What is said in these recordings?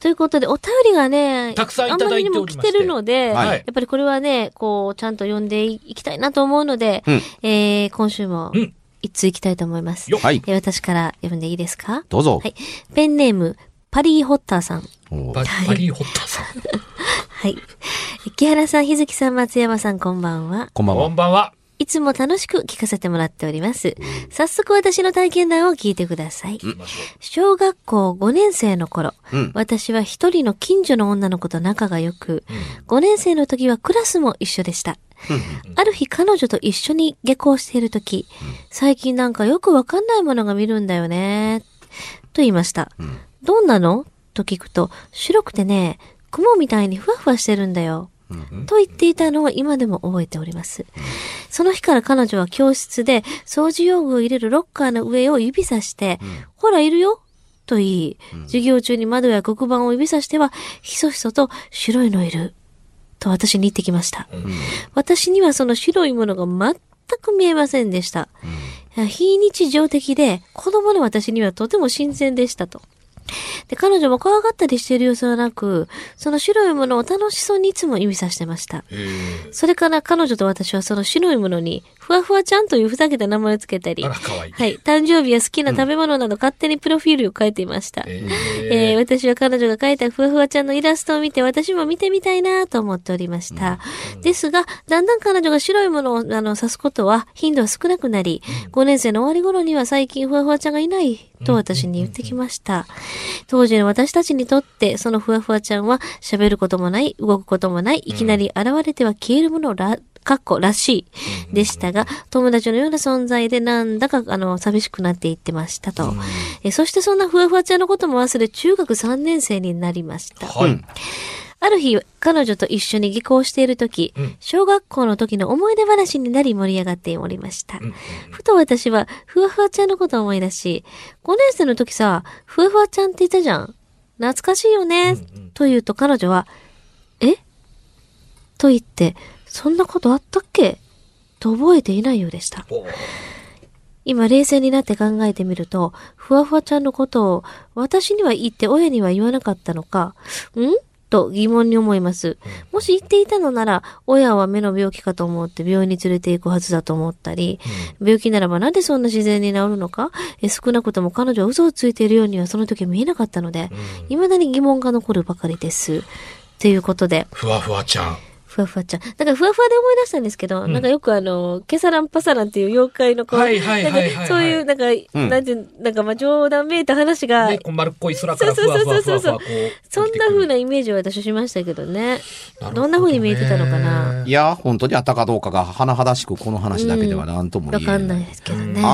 ということで、お便りがね、 たくさんいただいておりまして。 あんまりにも来てるので、 はい、 やっぱりこれはね、こう、ちゃんと読んでいきたいなと思うので、今週も、一通いきたいと思います。 はい。 私から読んでいいですか？ どうぞ。 はい。ペンネーム、パリーホッターさん。 パリーホッターさん。 はい。木原さん、日月さん、松山さん、こんばんは。 こんばんは。 こんばんは。 いつも楽しく聞かせてもらっております。早速私の体験談を聞いてください。小学校5年生の頃、私は一人の近所の女の子と仲が良く、5年生の時はクラスも一緒でした。ある日彼女と一緒に下校している時、最近なんかよくわかんないものが見るんだよね、と言いました。どんなの？と聞くと、白くてね、雲みたいにふわふわしてるんだよ。と言っていたのを今でも覚えております。その日から彼女は教室で掃除用具を入れるロッカーの上を指さして、ほらいるよと言い、授業中に窓や黒板を指さしては、ひそひそと白いのいると私に言ってきました。私にはその白いものが全く見えませんでした。非日常的で子供の私にはとても新鮮でしたと。で、彼女も怖がったりしている様子はなく、その白いものを楽しそうにいつも指さしてました。それから彼女と私はその白いものに、ふわふわちゃんというふざけた名前をつけたり、 あら、かわいい。 はい、誕生日や好きな食べ物など勝手にプロフィールを書いていました。私は彼女が描いたふわふわちゃんのイラストを見て、私も見てみたいなと思っておりました。ですが、だんだん彼女が白いものを指すことは頻度は少なくなり、5年生の終わり頃には最近ふわふわちゃんがいないと私に言ってきました。当時の私たちにとって、そのふわふわちゃんは喋ることもない、動くこともない、いきなり現れては消えるものらしいでしたが、友達のような存在でなんだか寂しくなっていってましたと。そしてそんなふわふわちゃんのことも忘れ、中学3年生になりました。 はい。 ある日、彼女と一緒に下校しているとき、小学校の時の思い出話になり盛り上がっておりました。ふと私は、ふわふわちゃんのことを思い出し、5年生の時さ、ふわふわちゃんって言ったじゃん。懐かしいよね。と言うと彼女は、え？と言って、そんなことあったっけ？と覚えていないようでした。今冷静になって考えてみると、ふわふわちゃんのことを私には言って親には言わなかったのか、と疑問に思います。もし言っていたのなら、親は目の病気かと思って病院に連れて行くはずだと思ったり、病気ならばなんでそんな自然に治るのか、少なくとも彼女は嘘をついているようにはその時見えなかったので、未だに疑問が残るばかりです。ということで。 ふわふわちゃん。 ふわふわちゃん。だからふわふわで思い出したんですけど、なんかよくケサランパサランっていう妖怪のはいはいはいはい。 そういう、なんか、なんかまあ冗談めいた話が。 ね、こう丸っこい空からふわふわふわふわこう。 そんな風なイメージを私しましたけどね。どんな風に見えてたのかな。 いや、本当にあったかどうかが甚だしくこの話だけでは何とも言えない。 わかんないですけどね。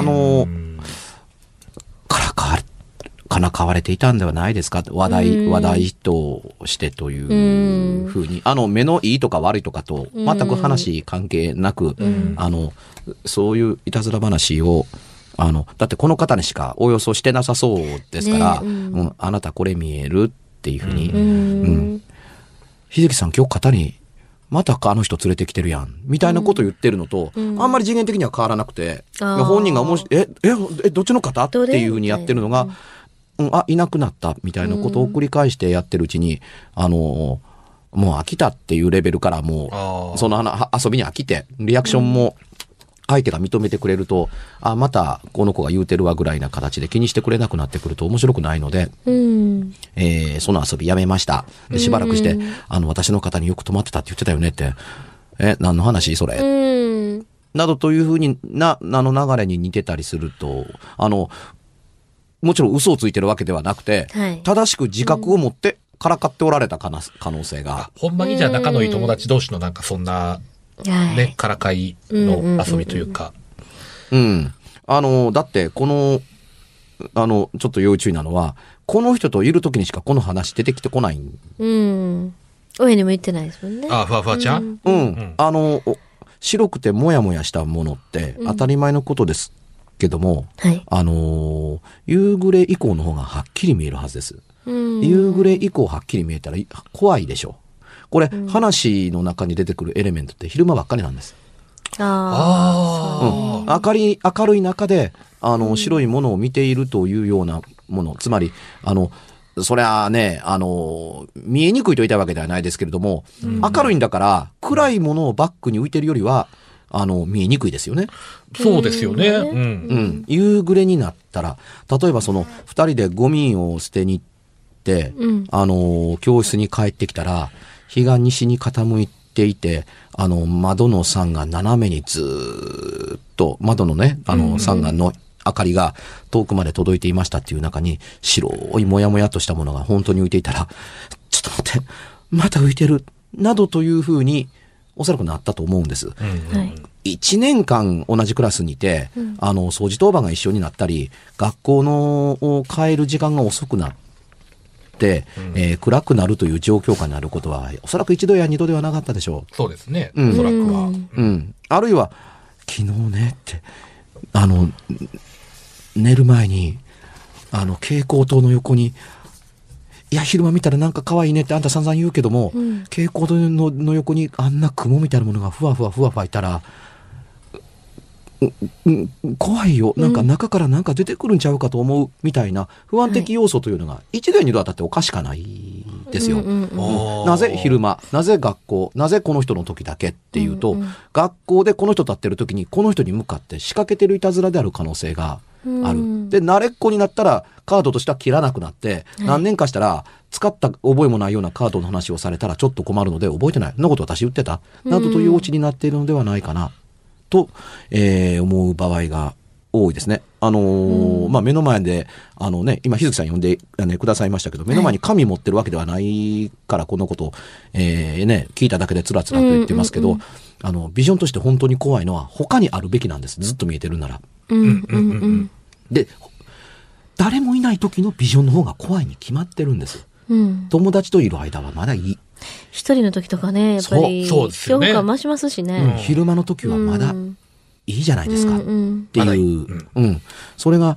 からかわれていたんではないですか、話題としてというふうに、目のいいとか悪いとかと全く話関係なく、そういういたずら話を、だってこの方にしかおよそしてなさそうですから、あなたこれ見えるっていうふうに、秀樹さん今日肩に、またあの人連れてきてるやんみたいなこと言ってるのと、あんまり次元的には変わらなくて、本人がどっちの方っていうふうにやってるのが、いなくなったみたいなことを繰り返してやってるうちに、もう飽きたっていうレベルからもう、その遊びに飽きて、リアクションも相手が認めてくれると、またこの子が言うてるわぐらいな形で気にしてくれなくなってくると面白くないので、その遊びやめました。でしばらくして、私の方によく泊まってたって言ってたよねって、何の話それ、などというふうに流れに似てたりすると、もちろん嘘をついてるわけではなくて、正しく自覚を持ってからかっておられた可能性が。 ほんまにじゃあ仲のいい友達同士のなんかそんな、ね、からかいの遊びというか。 だって、ちょっと要注意なのは、この人といる時にしかこの話出てきてこない。 親にも言ってないですもんね。 ふわふわちゃん？ 白くてもやもやしたものって当たり前のことです。けども、夕暮れ以降の方がはっきり見えるはずです。夕暮れ以降はっきり見えたら怖いでしょ。これ、話の中に出てくるエレメントって昼間ばっかりなんです。明るい中で白いものを見ているというようなもの、つまりそりゃあね、見えにくいと言いたいわけではないですけれども、明るいんだから、暗いものをバックに浮いてるよりは、見えにくいですよね。 そうですよね。 夕暮れになったら、例えば二人でゴミを捨てに行って、教室に帰ってきたら、日が西に傾いていて、窓の桟が斜めにずーっと、窓のね、桟がの明かりが遠くまで届いていましたっていう中に、白いもやもやとしたものが本当に浮いていたら、ちょっと待って、また浮いてる、などというふうに、おそらくなったと思うんです。1年間同じクラスにいて、掃除当番が一緒になったり、学校の帰る時間が遅くなって、暗くなるという状況下になることは、おそらく一度や二度ではなかったでしょう。 そうですね。おそらくは。 あるいは、昨日ねって、寝る前に、蛍光灯の横に、いや、昼間見たらなんか可愛いねってあんた散々言うけども、蛍光灯の横にあんな雲みたいなものがふわふわいたら、怖いよ。なんか中からなんか出てくるんちゃうかと思うみたいな不安的要素というのが一度や二度あったっておかしかないですよ。なぜ昼間、なぜ学校、なぜこの人の時だけっていうと、学校でこの人立ってる時にこの人に向かって仕掛けてるいたずらである可能性がある。で、慣れっこになったらカードとしては切らなくなって、何年かしたら使った覚えもないようなカードの話をされたらちょっと困るので覚えてない。そんなこと私言ってたなどというオチになっているのではないかな。と、思う場合が多いですね。目の前で、今、日月さん呼んで、くださいましたけど、目の前に紙持ってるわけではないから、このことを、聞いただけでつらつらと言ってますけど、ビジョンとして本当に怖いのは、他にあるべきなんです。ずっと見えてるなら。で、誰もいない時のビジョンの方が怖いに決まってるんです。友達といる間はまだいい。 一人の時とかね、やっぱり、恐怖感増しますしね。 昼間の時はまだいいじゃないですか。っていう。それが、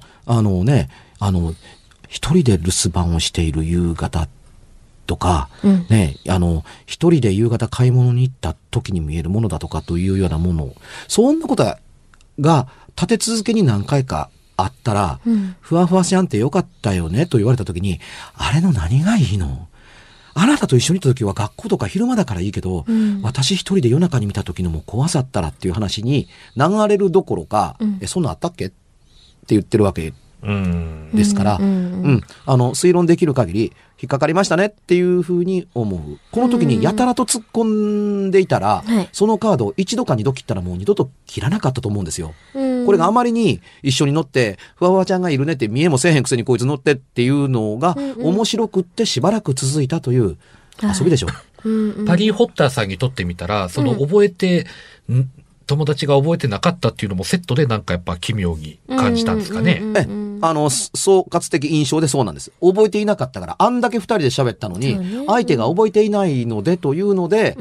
一人で留守番をしている夕方とか、一人で夕方買い物に行った時に見えるものだとかというようなもの、そんなことが立て続けに何回かあったら、ふわふわしゃんってよかったよねと言われた時に、あれの何がいいの？あなたと一緒にいた時は学校とか昼間だからいいけど、私一人で夜中に見た時のも怖さったらっていう話に流れるどころか、そんなあったっけって言ってるわけですから、推論できる限り引っかかりましたねっていうふうに思う。この時にやたらと突っ込んでいたら、そのカードを一度か二度切ったらもう二度と切らなかったと思うんですよ。これがあまりに一緒に乗って、ふわふわちゃんがいるねって見えもせえへんくせにこいつ乗ってっていうのが面白くってしばらく続いたという遊びでしょう。 ハリー・ホッターさんにとってみたら、その覚えて、友達が覚えてなかったっていうのもセットでなんかやっぱ奇妙に感じたんですかね。 総括的印象でそうなんです。覚えていなかったから、あんだけ二人で喋ったのに、相手が覚えていないのでというので、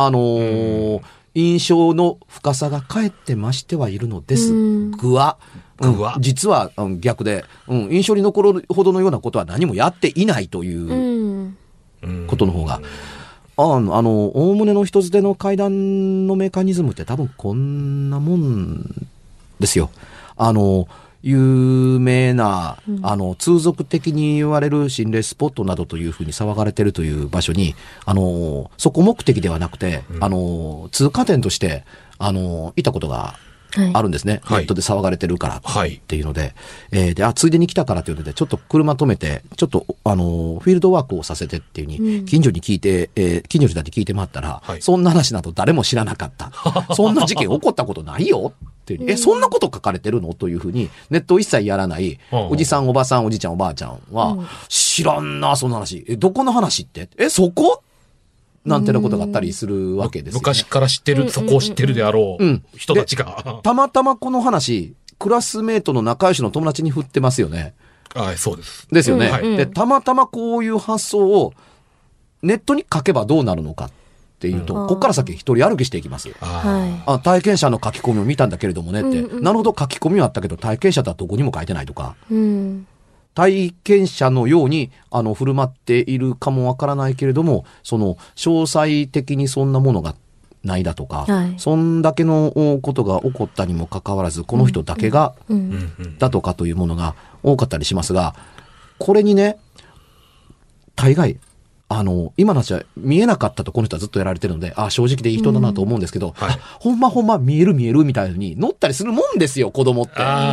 印象の深さが返って増してはいるのですが、実は逆で、印象に残るほどのようなことは何もやっていないということの方が、おおむねの人づての階段のメカニズムって多分こんなもんですよ。有名な、通俗的に言われる心霊スポットなどというふうに騒がれているという場所に、そこ目的ではなくて、通過点として、行ったことがあるんですね。ネットで騒がれてるからっていうので。ついでに来たからというので、ちょっと車止めて、ちょっと、フィールドワークをさせてっていうに、近所に聞いて、近所の人に聞いて回ったら、そんな話など誰も知らなかった。そんな事件起こったことないよっていう、そんなこと書かれてるのというふうに、ネットを一切やらない、おじさん、おばさん、おじいちゃん、おばあちゃんは、知らんな、そんな話。どこの話って？そこ？なんてなことがあったりするわけですよね。 昔から知ってる、そこを知ってるであろう人たちが。 たまたまこの話、クラスメートの仲良しの友達に振ってますよね。 そうです。 ですよね。で、たまたまこういう発想をネットに書けばどうなるのかっていうと、ここから先一人歩きしていきます。体験者の書き込みを見たんだけれどもねって。なるほど、書き込みはあったけど、体験者とはどこにも書いてないとか。体験者のように振る舞っているかもわからないけれども、その詳細的にそんなものがないだとか、そんだけのことが起こったにもかかわらず、この人だけがだとかというものが多かったりしますが、これにね、 大概、今の話は見えなかったとこの人はずっとやられてるので、正直でいい人だなと思うんですけど、 はい、 ほんま見えるみたいに乗ったりするもんですよ、子供って。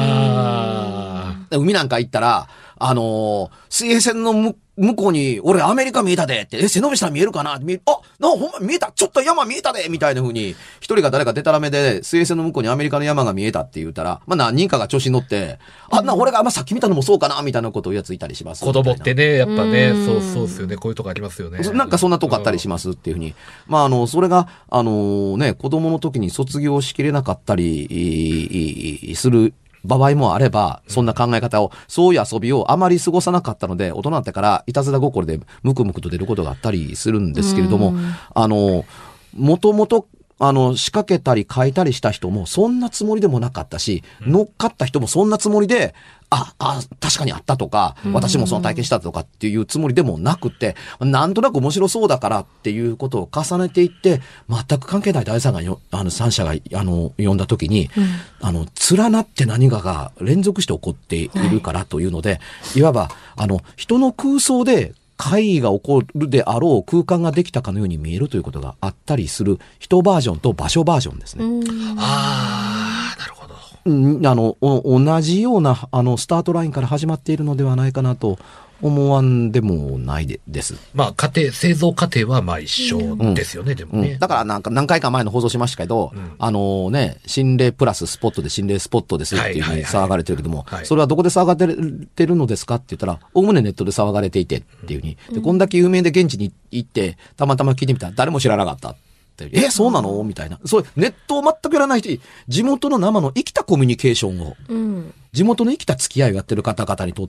海なんか行ったら、水平線の向こうに、俺アメリカ見えたでって、背伸びしたら見えるかなほんま見えたちょっと山見えたでみたいな風に、一人が誰かデタラメで、水平線の向こうにアメリカの山が見えたって言ったら、何人かが調子に乗って、俺がさっき見たのもそうかなみたいなことをやついたりします。 子供ってね、やっぱね、そうですよね。こういうとこありますよね。 なんかそんなとこあったりしますっていうふうに。それが、子供の時に卒業しきれなかったり、する場合もあれば、そんな考え方を、そういう遊びをあまり過ごさなかったので、大人になってからいたずら心でムクムクと出ることがあったりするんですけれども、もともと、仕掛けたり変えたりした人もそんなつもりでもなかったし、乗っかった人もそんなつもりで、確かにあったとか、私もその体験したとかっていうつもりでもなくて、なんとなく面白そうだからっていうことを重ねていって、全く関係ない第三者が呼んだ時に、連なって何かが連続して起こっているからというので、いわば、人の空想で、会議が起こるであろう空間ができたかのように見えるということがあったりする人バージョンと場所バージョンですね。 なるほど。 同じようなスタートラインから始まっているのではないかなと思わんでもないです。 製造過程は一緒ですよね、でもね。 だから何回か前の放送しましたけど、心霊プラススポットで心霊スポットですっていうふうに騒がれてるけども、それはどこで騒がれてるのですかって言ったら、おおむねネットで騒がれていてっていうふうに。で、こんだけ有名で現地に行って、たまたま聞いてみたら誰も知らなかった。そうなのみたいな。そう、ネットを全くやらない人、地元の生の生きたコミュニケーションを、地元の生きた付き合いをやってる方々にとって、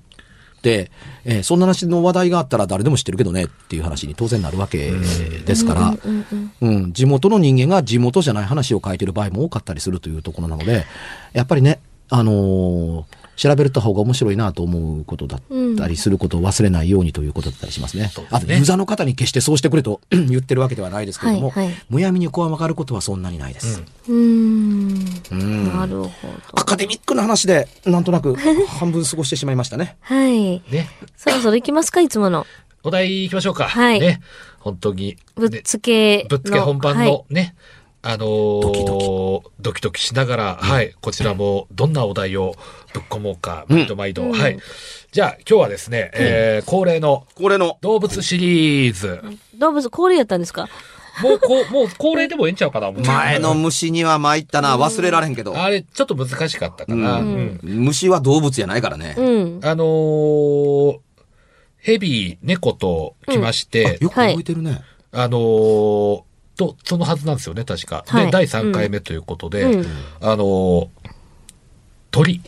そんな話の話題があったら誰でも知ってるけどねっていう話に当然なるわけですから、地元の人間が地元じゃない話を書いてる場合も多かったりするというところなので、やっぱりね、調べた方が面白いなと思うことだったりすることを忘れないようにということだったりしますね。ユーザーの方に決してそうしてくれと言ってるわけではないですけれども、むやみに怖がることはそんなにないです。 なるほど。 アカデミックな話でなんとなく半分過ごしてしまいましたね。 はい。ね。そろそろ行きますか、いつもの。 お題行きましょうか。 はい。 ね。本当に。 ぶっつけ本番のね。ドキドキしながら、こちらもどんなお題をぶっ込もうか、毎度。はい。じゃあ、今日はですね、恒例の動物シリーズ。 動物恒例やったんですか？ もう恒例でもええんちゃうかな。 前の虫には参ったな、忘れられんけど。 あれ、ちょっと難しかったかな。 虫は動物じゃないからね。 ヘビ、猫と来まして。 よく覚えてるね。 そのはずなんですよね、確か。で、第3回目ということで、鳥。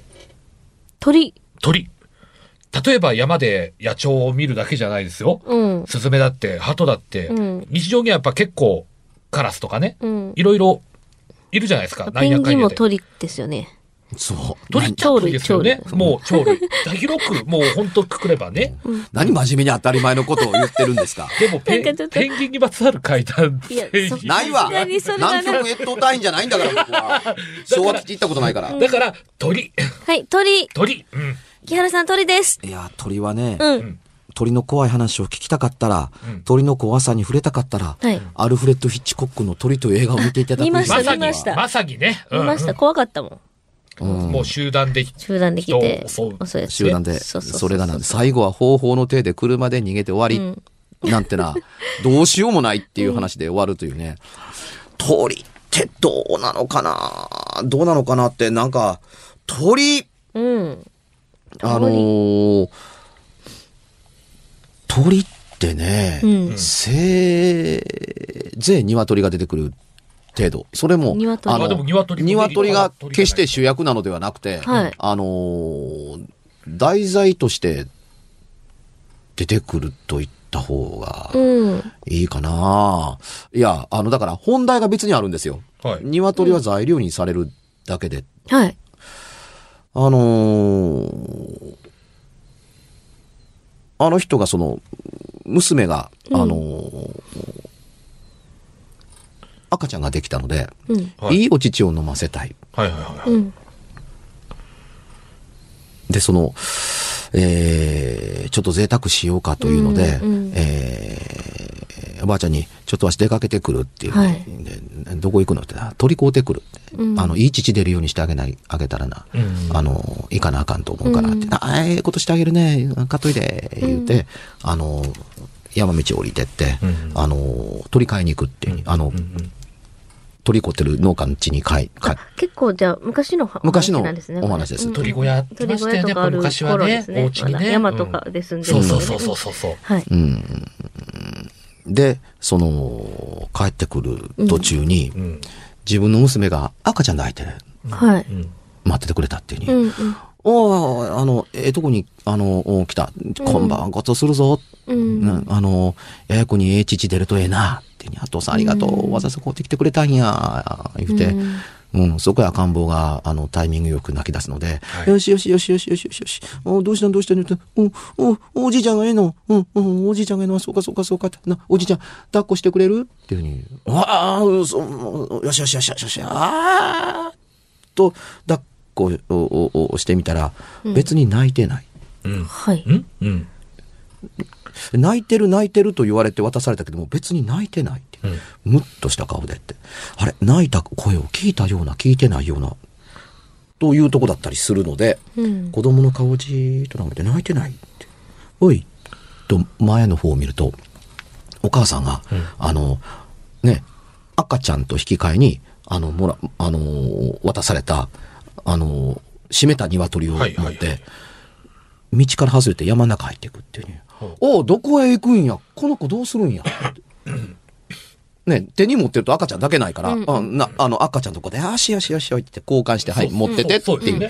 例えば山で野鳥を見るだけじゃないですよ。スズメだって、鳩だって、日常にはやっぱ結構カラスとかね、いろいろいるじゃないですか。 ペンギンも鳥ですよね。 そう。 鳥ですよね。もう鳥類。広く、もう本当くくればね。 何真面目に当たり前のことを言ってるんですか。 でもペンギンにまつわる階段ないわ。南極越冬隊員じゃないんだから、僕は。昭和基地行ったことないから。 だから、鳥。 はい、鳥。木原さん、鳥です。 いや、鳥はね、鳥の怖い話を聞きたかったら、鳥の怖さに触れたかったら、アルフレッド・ヒッチコックの鳥という映画を見ていただく。 見ました。 まさにね。 見ました。怖かったもん。 もう集団で来て。 集団で。それがなんで、最後は方法の手で車で逃げて終わり。なんてな、どうしようもないっていう話で終わるというね。鳥ってどうなのかなって、なんか、鳥。鳥ってね、せいぜい鶏が出てくる程度。それも、鶏が決して主役なのではなくて、題材として出てくると言った方がいいかな。いや、だから本題が別にあるんですよ。鶏は材料にされるだけで。あの人が娘が、赤ちゃんができたので、いいお乳を飲ませたい。で、 ちょっと贅沢しようかというので、おばあちゃんに、ちょっとわし出かけてくるっていう、はい、でどこ行くのって、取り買うてくるって、いい乳出るようにしてあげたらな、行かなあかんと思うからって、ことしてあげるね、買っといて、言うて、山道降りてって、取り買いに行くって、取り買ってる農家の地に結構じゃあ昔の話なんですね。 お話です。 鳥小屋ってましたよね、昔はね、お家にね。 山とかで住んでるので、 そう。 はい。 で、帰ってくる途中に、自分の娘が赤ちゃん抱いて、 はい。 待っててくれたっていうに、とこに、来た。今晩ごとするぞ。ややこに父出るとええな。お父さんありがとう。わざわざ買うてきてくれたんや。言うて、そこへ赤ん坊が、タイミングよく泣き出すので、よし。どうした言うて、おじいちゃんがええの。おじいちゃんがええの。そうか。おじいちゃん、抱っこしてくれるっていうふうに、よし。と、抱っこをしてみたら、別に泣いてない。 はい。 泣いてると言われて渡されたけども、別に泣いてないって。ムッとした顔でって。あれ、泣いた声を聞いたような、聞いてないような、というとこだったりするので、子供の顔をじーっと眺めて泣いてないって。おいと前の方を見ると、お母さんが、赤ちゃんと引き換えに、渡された、締めた鶏を持って、道から外れて山の中入っていくっていうね。どこへ行くんや、この子どうするんや。ね、手に持ってると赤ちゃんだけないから、赤ちゃんのとこで、よしって交換して、はい、持っててっていう。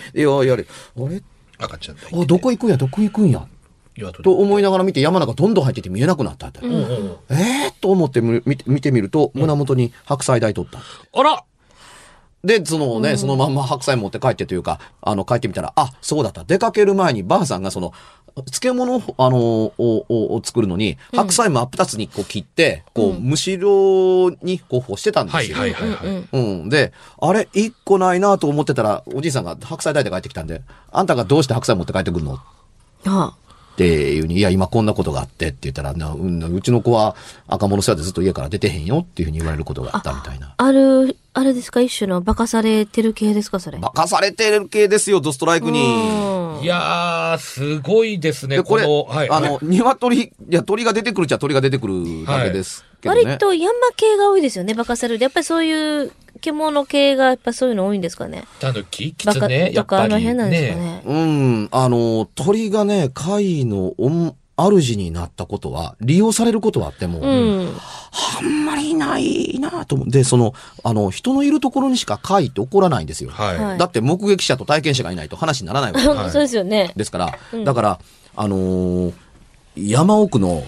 あれ赤ちゃんどこ行くんや。と思いながら見て山の中どんどん入ってて見えなくなった。と思って見てみると、胸元に白菜抱いとった。 あらで、そのまんま白菜持って帰ってというか、帰ってみたら、そうだった。出かける前にばあさんが漬物を作るのに、白菜真っ二つに切って、むしろに干してたんですよ。で、あれ、一個ないなと思ってたら、おじいさんが白菜抱いて帰ってきたんで、あんたがどうして白菜持って帰ってくるのっていうに、いや、今こんなことがあってって言ったら、うちの子は赤物世話でずっと家から出てへんよっていうふうに言われることがあったみたいな。 あれですか、一種の化かされてる系ですか、それ。 化かされてる系ですよ、ドストライクに。 いやー、すごいですね、 これ、鳥が出てくるっちゃ鳥が出てくるだけですけどね。 割と山系が多いですよね、化かされる。やっぱりそういう獣系がやっぱそういうの多いんですかね。 キツネとかあの辺なんですかね。 鳥がね、貝の主になったことは、利用されることはあっても、あんまりないなと思って、人のいるところにしか貝って起こらないんですよ。だって目撃者と体験者がいないと話にならないわけです。 そうですよね。 ですから、だから、山奥の、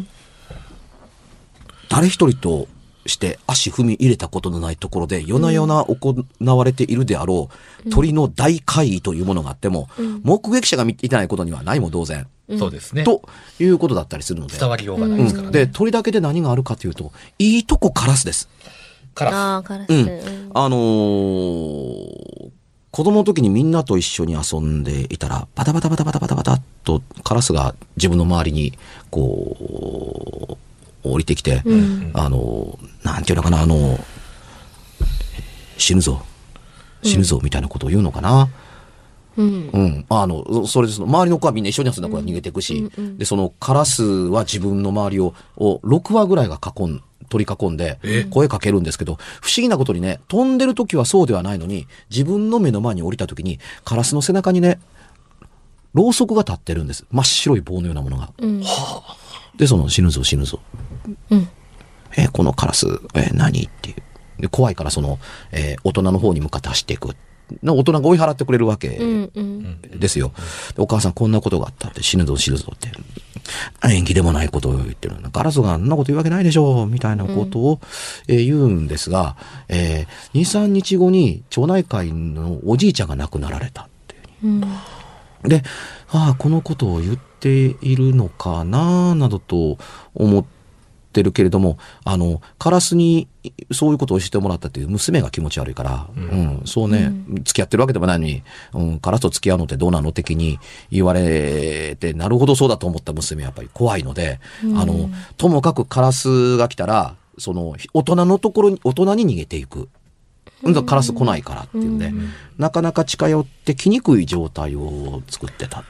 誰一人として足踏み入れたことのないところで、夜な夜な行われているであろう、鳥の大怪異というものがあっても、目撃者が見ていないことにはないも同然。 そうですね。 ということだったりするので。 伝わりようがないですからね。 で、鳥だけで何があるかというと、いいとこカラスです。 カラス。 カラス。 子供の時にみんなと一緒に遊んでいたら、バタバタとカラスが自分の周りに、降りてきて、なんていうのかな、死ぬぞ、みたいなことを言うのかな。それです。周りの子はみんな一緒に遊んだ子は逃げていくし、で、そのカラスは自分の周りを6羽ぐらいが取り囲んで、声かけるんですけど、不思議なことにね、飛んでる時はそうではないのに、自分の目の前に降りた時に、カラスの背中にね、ろうそくが立ってるんです。真っ白い棒のようなものが。で、死ぬぞ。このカラス、何っていう。で、怖いから大人の方に向かって走っていく。大人が追い払ってくれるわけですよ。で、お母さんこんなことがあったって、死ぬぞって。縁起でもないことを言ってる。カラスがあんなこと言うわけないでしょみたいなことを、言うんですが、2、3日後に町内会のおじいちゃんが亡くなられたっていう。で、このことを言っているのかななどと思ってってるけれども、カラスにそういうことをしてもらったっていう娘が気持ち悪いから、そうね、付き合ってるわけでもないのに、カラスと付き合うのってどうなの的に言われて、なるほどそうだと思った娘はやっぱり怖いので、ともかくカラスが来たら、大人に逃げていく。カラス来ないからっていうんで、なかなか近寄ってきにくい状態を作ってたって。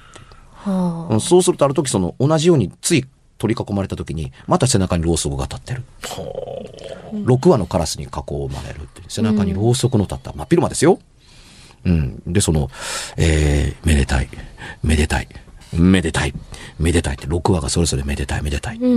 そうするとある時同じようについ取り囲まれた時に、また背中にろうそくが立ってる。6羽のカラスに囲まれるって。背中にろうそくの立った。真っ昼間ですよ。で、めでたい、めでたい、めでたい、めでたいって6羽がそれぞれめでたい、めでたい。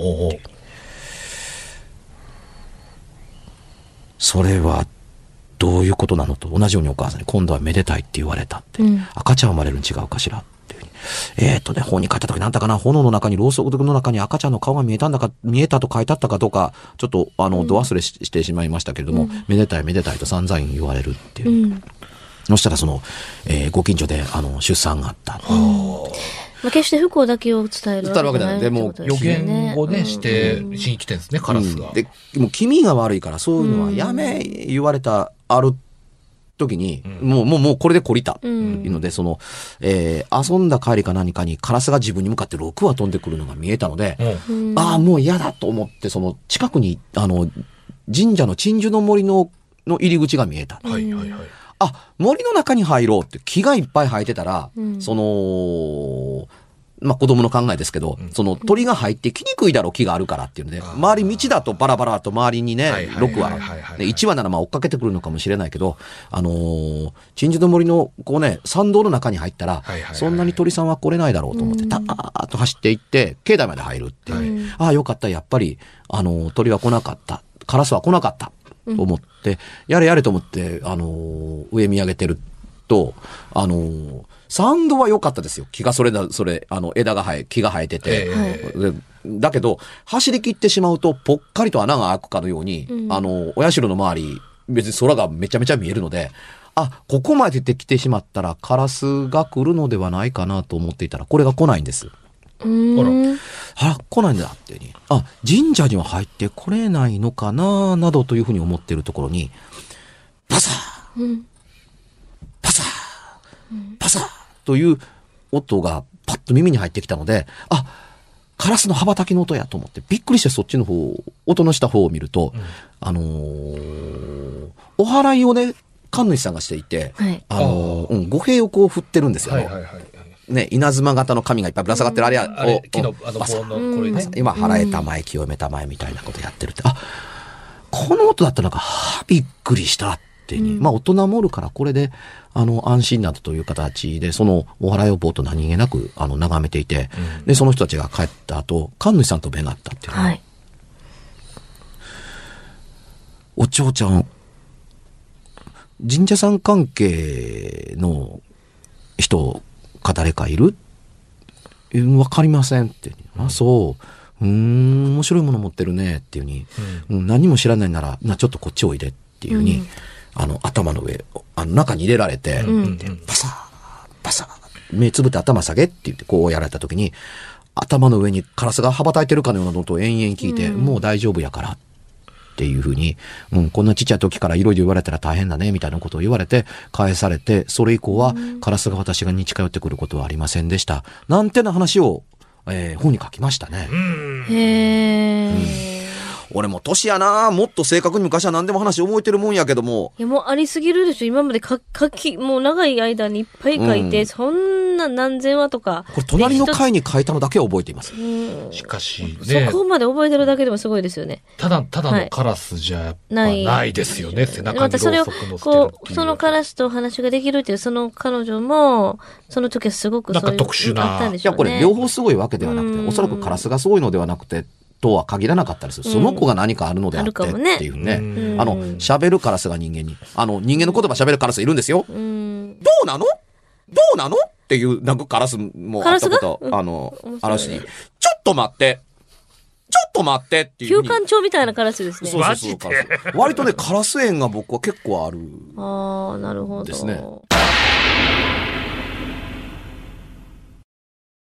それはどういうことなのと同じようにお母さんに今度はめでたいって言われたって。赤ちゃん生まれるに違うかしらっていうふうに。本に書いた時なんだかな、炎の中にろうそくの中に赤ちゃんの顔が見えたと書いてあったかどうか、ちょっとど忘れしてしまいましたけれども、めでたいめでたいと散々言われるっていう。そしたらご近所で出産があった。 決して不幸だけを伝えるわけじゃない。 でも予言をね、してしに来てるんですね、カラスが。 でも気味が悪いからそういうのはやめ言われたある時に、もうこれで懲りたっていうので、遊んだ帰りか何かにカラスが自分に向かって6羽飛んでくるのが見えたので、もう嫌だと思って、近くに神社の鎮守の森の入り口が見えた。森の中に入ろうって木がいっぱい生えてたら、子供の考えですけど、鳥が入ってきにくいだろう木があるからっていうので、周り道だとバラバラと周りにね、6羽、1羽なら追っかけてくるのかもしれないけど、鎮守の森の山道の中に入ったら、そんなに鳥さんは来れないだろうと思って、たーっと走っていって、境内まで入るっていう。よかった、やっぱり、鳥は来なかった。カラスは来なかった。と思って、やれやれと思って、上見上げてると、山道は良かったですよ。木が木が生えてて。だけど、走り切ってしまうと、ぽっかりと穴が開くかのように、お社の周り、別に空がめちゃめちゃ見えるので、ここまでできてしまったら、カラスが来るのではないかなと思っていたら、これが来ないんです。来ないんだっていうに。神社には入ってこれないのかな、などというふうに思っているところに、パサー、パサー、パサーという音がパッと耳に入ってきたので、カラスの羽ばたきの音やと思ってびっくりしてそっちの方、音のした方を見ると、お祓いをね、神主さんがしていて、御幣をこう振ってるんですよ。稲妻型の紙がいっぱいぶら下がってる木の棒のこれね。 今払えたまえ、清めたまえみたいなことやってるって。この音だったらびっくりしたってに。大人もおるからこれで、安心などという形で、お祓いをぼーっと何気なく、眺めていて、で、その人たちが帰った後、神主さんと目が合ったっていう。お嬢ちゃん、神社さん関係の人、誰かいる？わかりませんって。そう。面白いもの持ってるねっていうに、何も知らないなら、ちょっとこっちおいでっていうに、頭の上、中に入れられて、パサー、パサー、目つぶって頭下げって言ってこうやられた時に、頭の上にカラスが羽ばたいてるかのようなのと延々聞いて、もう大丈夫やから。っていうふうに、こんなちっちゃい時からいろいろ言われたら大変だねみたいなことを言われて返されて、それ以降はカラスが私がに近寄ってくることはありませんでしたなんてな話を、本に書きましたね。俺も年やな、もっと正確に昔は何でも話覚えてるもんやけども。 いや、もうありすぎるでしょ。今までもう長い間にいっぱい書いて、そんな何千話とか。 これ隣の回に書いたのだけ覚えています。 しかしね。 そこまで覚えてるだけでもすごいですよね。 ただのカラスじゃないですよね。背中にろうそく乗せてるっていう。 そのカラスとお話ができるっていう、その彼女も、その時はすごくそういう特殊な。 あったんでしょうね。 いや、これ両方すごいわけではなくて、おそらくカラスがすごいのではなくて、とは限らなかったりする。その子が何かあるのであってっていうね。喋るカラスが人間に。人間の言葉喋るカラスいるんですよ。どうなのっていう、カラスもあったこと、あるし、ちょっと待ってっていう。 休館長みたいなカラスですね。 そう。割とね、カラス園が僕は結構ある。 なるほど。 ですね。